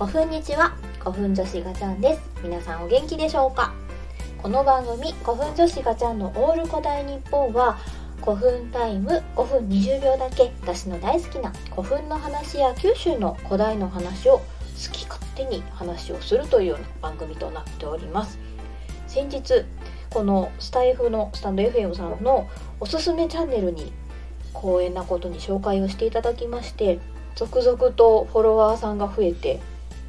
ふんにちは、古墳女子ガチャンです。皆さんお元気でしょうか。この番組古墳女子ガチャンのオール古代日本は、古墳タイム5分20秒だけ私の大好きな古墳の話や九州の古代の話を好き勝手に話をするというような番組となっております。先日このスタイフのスタンド FM さんのおすすめチャンネルに光栄なことに紹介をしていただきまして、続々とフォロワーさんが増えて、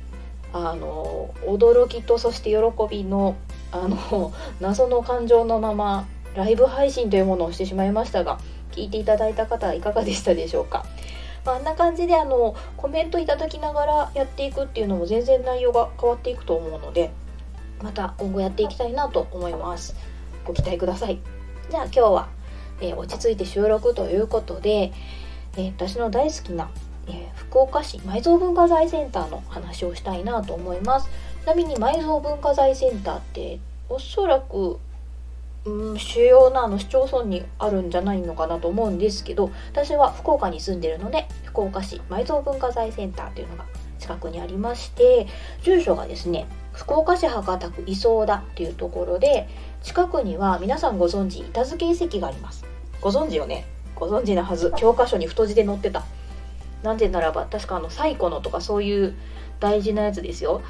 驚きとそして喜びの謎の感情のままライブ配信というものをしてしまいましたが、聞いていただいた方はいかがでしたでしょうか。あんな感じでコメントいただきながらやっていくっていうのも全然内容が変わっていくと思うので、また今後やっていきたいなと思います。ご期待ください。じゃあ今日は、落ち着いて収録ということで、私の大好きな福岡市埋蔵文化財センターの話をしたいなと思います。ちなみに埋蔵文化財センターっておそらく主要な市町村にあるんじゃないのかなと思うんですけど、私は福岡に住んでるので、福岡市埋蔵文化財センターというのが近くにありまして、住所がですね、福岡市博多区磯田というところで、近くには皆さんご存知板付遺跡があります。ご存知よね。ご存知なはず。教科書に太字で載ってた。なぜならば確か最古のとかそういう大事なやつですよ。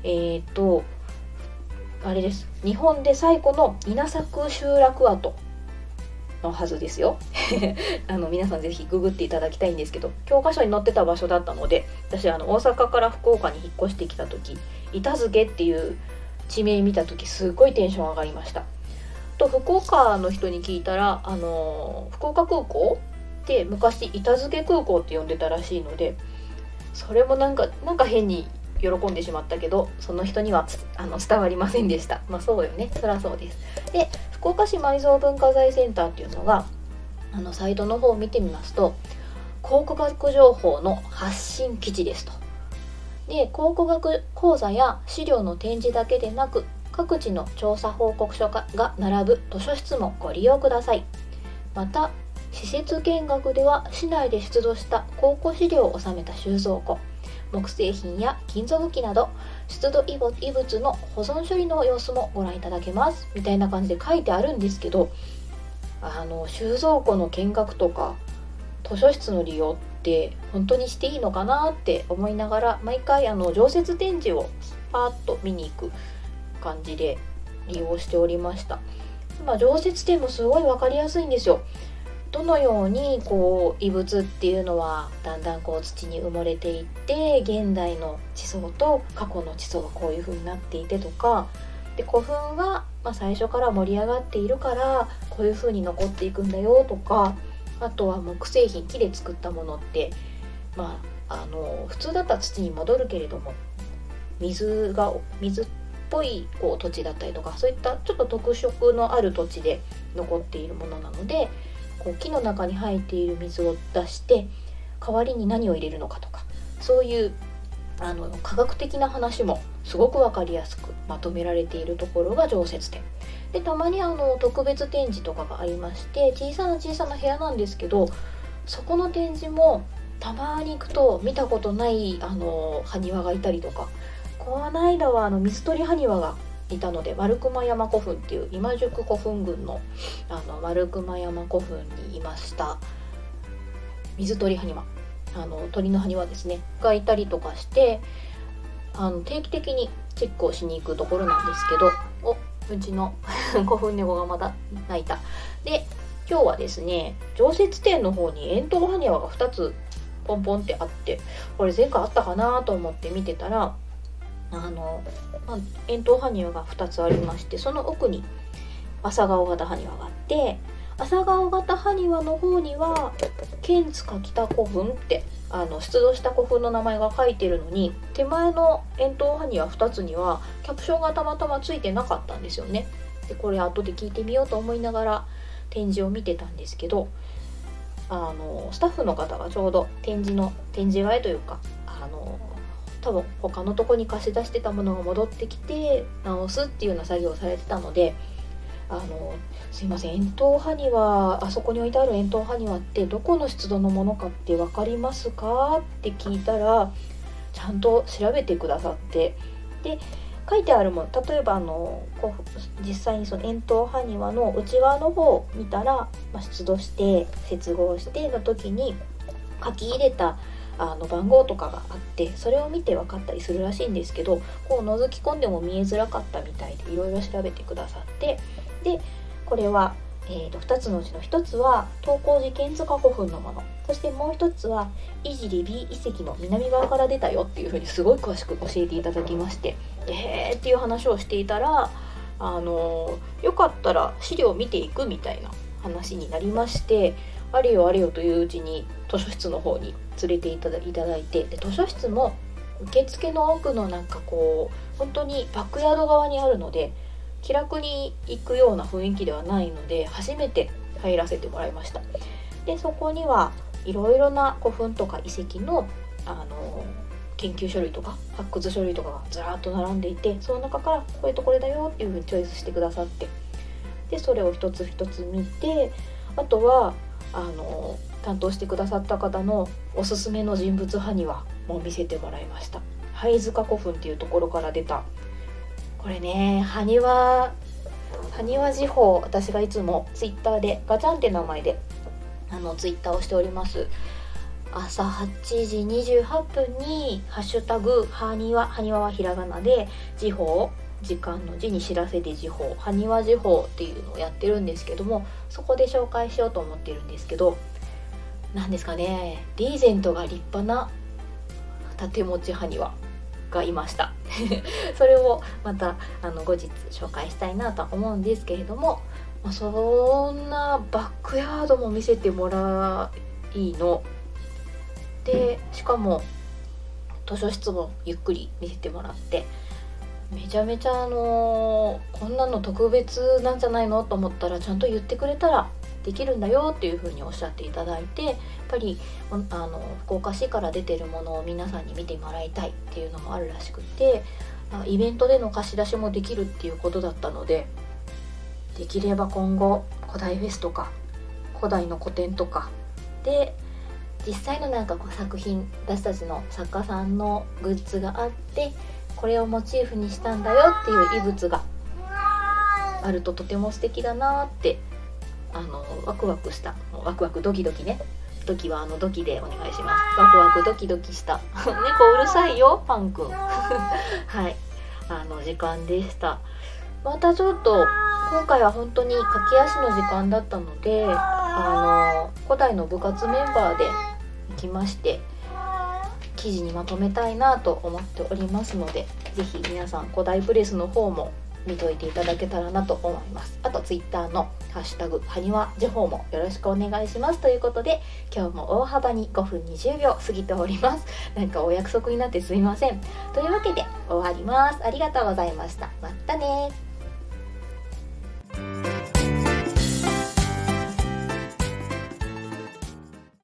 あれです。日本で最古の稲作集落跡のはずですよ。皆さんぜひググっていただきたいんですけど、教科書に載ってた場所だったので、私大阪から福岡に引っ越してきた時、板付っていう地名見た時すごいテンション上がりました。と福岡の人に聞いたら、福岡空港って昔板付空港って呼んでたらしいので、それもなんか変に喜んでしまったけど、その人には伝わりませんでした。まあそうよね、そりゃそうです。で、福岡市埋蔵文化財センターっていうのがサイトの方を見てみますと、考古学情報の発信基地ですと。で、考古学講座や資料の展示だけでなく、各地の調査報告書が並ぶ図書室もご利用ください。また施設見学では市内で出土した考古資料を収めた収蔵庫、木製品や金属器など出土遺物の保存処理の様子もご覧いただけますみたいな感じで書いてあるんですけど、収蔵庫の見学とか図書室の利用って本当にしていいのかなって思いながら、毎回常設展示をパーッと見に行く感じで利用しておりました。常設展もすごい分かりやすいんですよ。どのように遺物っていうのはだんだん土に埋もれていって、現代の地層と過去の地層がこういう風になっていてとかで、古墳は最初から盛り上がっているからこういう風に残っていくんだよとか、あとは木製品、木で作ったものって普通だったら土に戻るけれども、水っぽい土地だったりとか、そういったちょっと特色のある土地で残っているものなので、木の中に入っている水を出して代わりに何を入れるのかとか、そういう科学的な話もすごく分かりやすくまとめられているところが常設展で、たまに特別展示とかがありまして、小さな部屋なんですけど、そこの展示もたまに行くと見たことない埴輪がいたりとか、この間は水鳥埴輪がいたので、丸熊山古墳っていう今宿古墳群の丸熊山古墳にいました水鳥埴輪、鳥の埴輪ですねがいたりとかして、定期的にチェックをしに行くところなんですけど、うちの古墳猫がまた鳴いた。で、今日はですね、常設展の方に円筒埴輪が2つポンポンってあって、これ前回あったかなと思って見てたら、円筒埴輪が2つありまして、その奥に朝顔型埴輪があって、朝顔型埴輪の方には剣塚北古墳って出土した古墳の名前が書いてるのに、手前の円筒埴輪2つにはキャプションがたまたまついてなかったんですよね。で、これ後で聞いてみようと思いながら展示を見てたんですけど、スタッフの方がちょうど展示替えというか、多分他のとこに貸し出してたものが戻ってきて直すっていうような作業をされてたので、すいません、円筒埴輪、あそこに置いてある円筒埴輪ってどこの出土のものかって分かりますかって聞いたら、 ちゃんと調べてくださって、で書いてあるもの、例えば実際にその円筒埴輪の内側の方を見たら、出土して接合しての時に書き入れた番号とかがあって、それを見て分かったりするらしいんですけど、こう覗き込んでも見えづらかったみたいでいろいろ調べてくださって、でこれは、2つのうちの1つは東光寺剣塚古墳のもの、そしてもう1つは井尻 B 遺跡の南側から出たよっていう風にすごい詳しく教えていただきまして、へーっていう話をしていたら、よかったら資料を見ていくみたいな話になりまして、あれよあれよといううちに図書室の方に連れていただいて、で図書室も受付の奥の本当にバックヤード側にあるので、気楽に行くような雰囲気ではないので、初めて入らせてもらいました。でそこにはいろいろな古墳とか遺跡の、研究書類とか発掘書類とかがずらっと並んでいて、その中からこれとこれだよっていう風にチョイスしてくださって、でそれを一つ一つ見て、あとは担当してくださった方のおすすめの人物埴輪も見せてもらいました。灰塚古墳っていうところから出た、これね、埴輪時報、私がいつもツイッターでガチャンって名前でツイッターをしております。朝8時28分にハッシュタグ埴輪はひらがなで、時報、時間の字に知らせて時報、埴輪時報っていうのをやってるんですけども、そこで紹介しようと思ってるんですけど、なんですかね、リーゼントが立派な盾持ち埴輪がいましたそれをまた後日紹介したいなと思うんですけれども、そんなバックヤードも見せてもらいので、しかも図書室もゆっくり見せてもらって、めちゃめちゃこんなの特別なんじゃないのと思ったら、ちゃんと言ってくれたらできるんだよっていう風におっしゃっていただいて、やっぱり福岡市から出てるものを皆さんに見てもらいたいっていうのもあるらしくて、イベントでの貸し出しもできるっていうことだったので、できれば今後古代フェスとか古代の古典とかで実際の作品、私たちの作家さんのグッズがあって、これをモチーフにしたんだよっていう遺物があるととても素敵だなって、ワクワクドキドキね、ドキはドキでお願いします。ワクワクドキドキした猫うるさいよパンくんはい時間でした。またちょっと今回は本当に駆け足の時間だったので、古代の部活メンバーで行きまして、記事にまとめたいなと思っておりますので、ぜひ皆さん古代プレスの方も見といていただけたらなと思います。あとツイッターのハッシュタグ埴輪時報もよろしくお願いしますということで、今日も大幅に5分20秒過ぎております。お約束になってすみません。というわけで終わります。ありがとうございました。またね。